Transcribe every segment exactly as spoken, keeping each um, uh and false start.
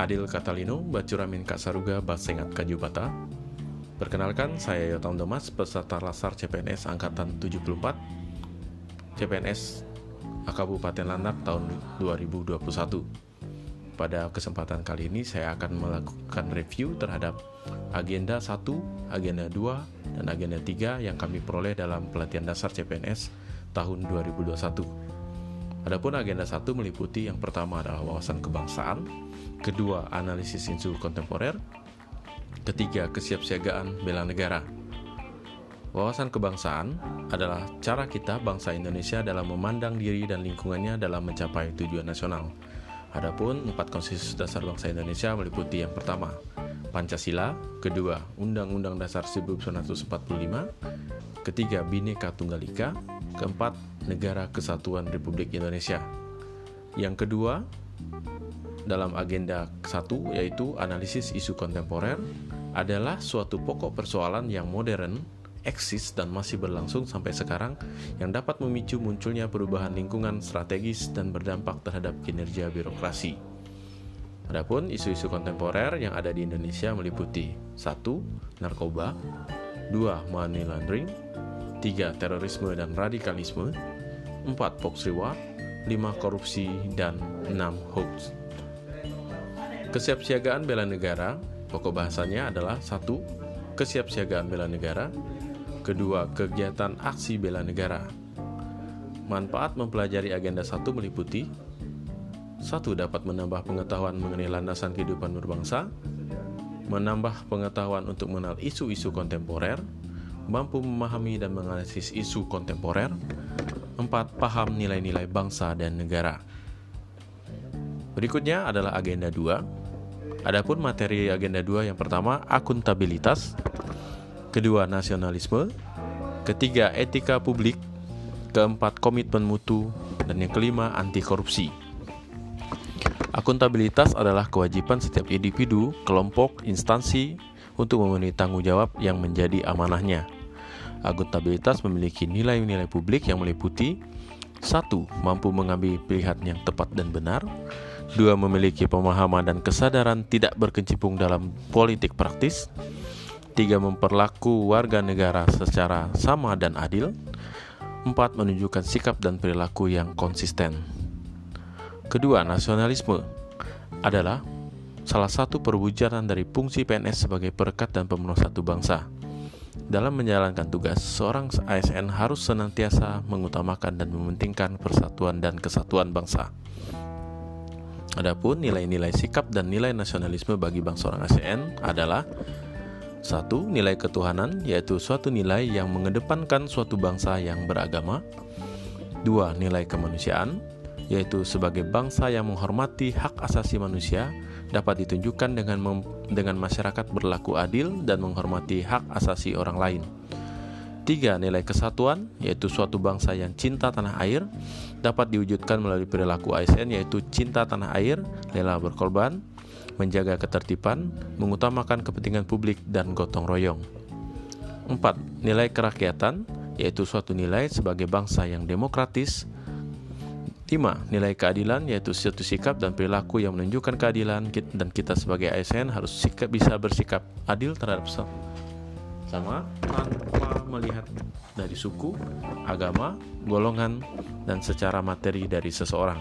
Hadil Katalino, Bacuramin Kak Saruga, Basengat Kajubata. Perkenalkan, saya Yotam Domas, peserta Lasar C P N S Angkatan tujuh puluh empat, C P N S Kabupaten Landak tahun dua ribu dua puluh satu. Pada kesempatan kali ini saya akan melakukan review terhadap agenda satu, agenda dua, dan agenda tiga yang kami peroleh dalam pelatihan dasar C P N S tahun dua ribu dua puluh satu. Adapun agenda satu meliputi yang pertama adalah wawasan kebangsaan, kedua analisis isu kontemporer, ketiga kesiapsiagaan bela negara. Wawasan kebangsaan adalah cara kita bangsa Indonesia dalam memandang diri dan lingkungannya dalam mencapai tujuan nasional. Adapun empat konsensus dasar bangsa Indonesia meliputi yang pertama, Pancasila, kedua, Undang-Undang Dasar seribu sembilan ratus empat puluh lima, ketiga, Bhinneka Tunggal Ika, keempat, Negara Kesatuan Republik Indonesia. Yang kedua, dalam agenda satu yaitu analisis isu kontemporer adalah suatu pokok persoalan yang modern, eksis dan masih berlangsung sampai sekarang yang dapat memicu munculnya perubahan lingkungan strategis dan berdampak terhadap kinerja birokrasi. Adapun isu-isu kontemporer yang ada di Indonesia meliputi satu. Narkoba, dua. Money laundering, tiga. Terorisme dan radikalisme, empat. Fox reward, lima. Korupsi, dan enam. Hoax. Kesiapsiagaan bela negara, pokok bahasanya adalah satu. Kesiapsiagaan bela negara, kedua, kegiatan aksi bela negara. Manfaat mempelajari agenda satu meliputi satu. Dapat menambah pengetahuan mengenai landasan kehidupan berbangsa, menambah pengetahuan untuk mengenal isu-isu kontemporer, mampu memahami dan menganalisis isu kontemporer, empat. Paham nilai-nilai bangsa dan negara. Berikutnya adalah agenda dua. Adapun materi agenda dua yang pertama, akuntabilitas, kedua, nasionalisme, ketiga, etika publik, keempat, komitmen mutu, dan yang kelima, anti korupsi. Akuntabilitas adalah kewajiban setiap individu, kelompok, instansi untuk memenuhi tanggung jawab yang menjadi amanahnya. Akuntabilitas memiliki nilai-nilai publik yang meliputi satu. Mampu mengambil pilihan yang tepat dan benar, dua. Memiliki pemahaman dan kesadaran tidak berkecimpung dalam politik praktis, tiga. Memperlaku warga negara secara sama dan adil, empat. Menunjukkan sikap dan perilaku yang konsisten. Kedua, nasionalisme adalah salah satu perwujudan dari fungsi P N S sebagai perekat dan pemersatu bangsa. Dalam menjalankan tugas, seorang A S N harus senantiasa mengutamakan dan mementingkan persatuan dan kesatuan bangsa. Adapun nilai-nilai sikap dan nilai nasionalisme bagi bangsa seorang A S N adalah satu. Nilai ketuhanan, yaitu suatu nilai yang mengedepankan suatu bangsa yang beragama. Dua. Nilai kemanusiaan, yaitu sebagai bangsa yang menghormati hak asasi manusia dapat ditunjukkan dengan mem- dengan masyarakat berlaku adil dan menghormati hak asasi orang lain. Tiga. Nilai kesatuan, yaitu suatu bangsa yang cinta tanah air dapat diwujudkan melalui perilaku A S N, yaitu cinta tanah air, rela berkorban, menjaga ketertiban, mengutamakan kepentingan publik, dan gotong royong. Empat. Nilai kerakyatan, yaitu suatu nilai sebagai bangsa yang demokratis. Lima. Nilai keadilan, yaitu suatu sikap dan perilaku yang menunjukkan keadilan, dan kita sebagai A S N harus sikap, bisa bersikap adil terhadap sama tanpa melihat dari suku, agama, golongan, dan secara materi dari seseorang.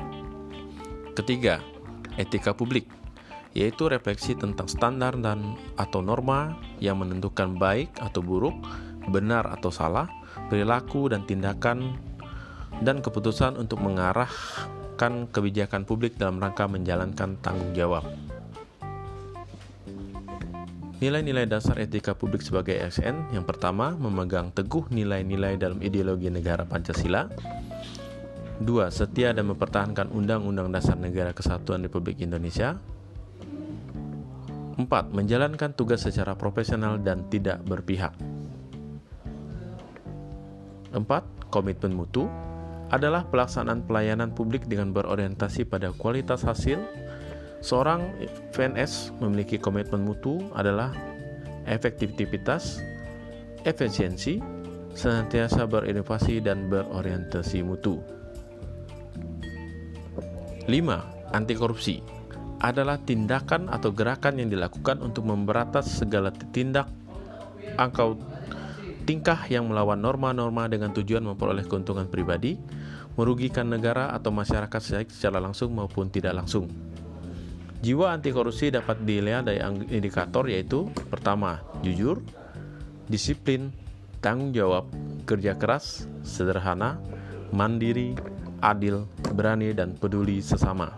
Ketiga, etika publik, yaitu refleksi tentang standar dan atau norma yang menentukan baik atau buruk, benar atau salah, perilaku dan tindakan, dan keputusan untuk mengarahkan kebijakan publik dalam rangka menjalankan tanggung jawab. Nilai-nilai dasar etika publik sebagai A S N, yang pertama, memegang teguh nilai-nilai dalam ideologi negara Pancasila. Dua. Setia dan mempertahankan Undang-Undang Dasar Negara Kesatuan Republik Indonesia. Empat. Menjalankan tugas secara profesional dan tidak berpihak. Empat. Komitmen mutu adalah pelaksanaan pelayanan publik dengan berorientasi pada kualitas hasil. Seorang P N S memiliki komitmen mutu adalah efektivitas, efisiensi, senantiasa berinovasi dan berorientasi mutu. Lima. Anti korupsi adalah tindakan atau gerakan yang dilakukan untuk memberantas segala tindak atau tingkah yang melawan norma-norma dengan tujuan memperoleh keuntungan pribadi, merugikan negara atau masyarakat secara langsung maupun tidak langsung. Jiwa anti korupsi dapat dilihat dari indikator yaitu pertama, jujur, disiplin, tanggung jawab, kerja keras, sederhana, mandiri, adil, berani, dan peduli sesama.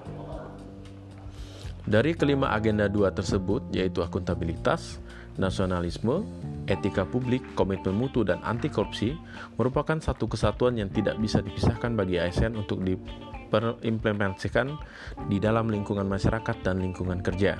Dari kelima agenda dua tersebut, yaitu akuntabilitas, nasionalisme, etika publik, komitmen mutu, dan anti korupsi, merupakan satu kesatuan yang tidak bisa dipisahkan bagi A S N untuk diimplementasikan di dalam lingkungan masyarakat dan lingkungan kerja.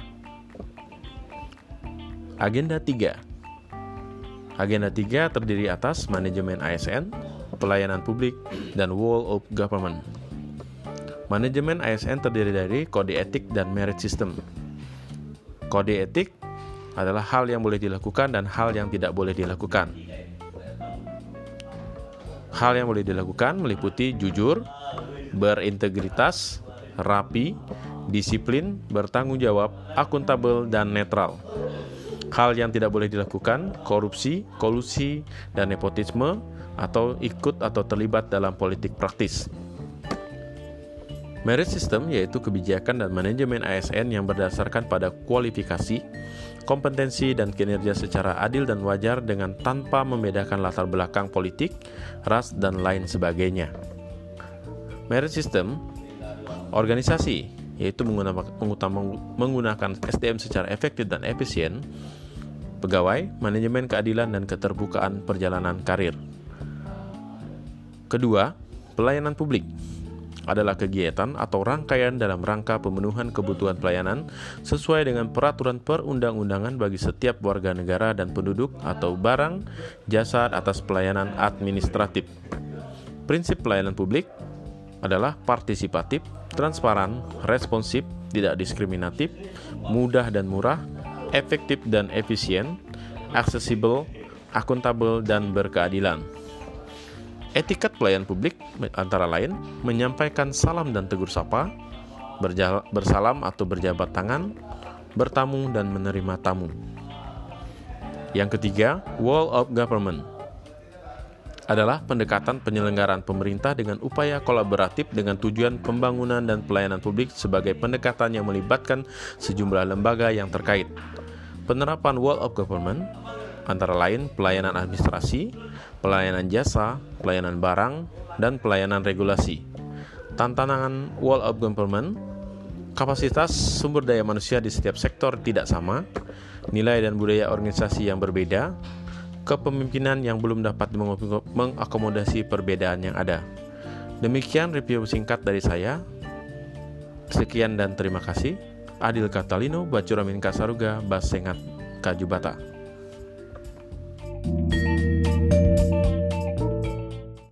Agenda tiga. Agenda tiga terdiri atas manajemen A S N, pelayanan publik, dan whole of government. Manajemen A S N terdiri dari kode etik dan merit system. Kode etik adalah hal yang boleh dilakukan dan hal yang tidak boleh dilakukan. Hal yang boleh dilakukan meliputi jujur, berintegritas, rapi, disiplin, bertanggung jawab, akuntabel, dan netral. Hal yang tidak boleh dilakukan, korupsi, kolusi, dan nepotisme, atau ikut atau terlibat dalam politik praktis. Merit system yaitu kebijakan dan manajemen A S N yang berdasarkan pada kualifikasi, kompetensi, dan kinerja secara adil dan wajar dengan tanpa membedakan latar belakang politik, ras, dan lain sebagainya. Merit system organisasi yaitu menggunakan S D M secara efektif dan efisien, pegawai, manajemen keadilan, dan keterbukaan perjalanan karir. Kedua, pelayanan publik adalah kegiatan atau rangkaian dalam rangka pemenuhan kebutuhan pelayanan sesuai dengan peraturan perundang-undangan bagi setiap warga negara dan penduduk atau barang, jasa atas pelayanan administratif. Prinsip pelayanan publik adalah partisipatif, transparan, responsif, tidak diskriminatif, mudah dan murah, efektif dan efisien, aksesibel, akuntabel, dan berkeadilan. Etikat pelayanan publik antara lain menyampaikan salam dan tegur sapa, berjala, bersalam atau berjabat tangan, bertamu dan menerima tamu. Yang ketiga, whole of government adalah pendekatan penyelenggaraan pemerintah dengan upaya kolaboratif dengan tujuan pembangunan dan pelayanan publik sebagai pendekatan yang melibatkan sejumlah lembaga yang terkait. Penerapan whole of government antara lain pelayanan administrasi, pelayanan jasa, pelayanan barang, dan pelayanan regulasi. Tantangan whole of government, kapasitas sumber daya manusia di setiap sektor tidak sama, nilai dan budaya organisasi yang berbeda, kepemimpinan yang belum dapat mengakomodasi perbedaan yang ada. Demikian review singkat dari saya. Sekian dan terima kasih. Adil Katalino, Bacuramin Kasaruga, Basengat Kajubata.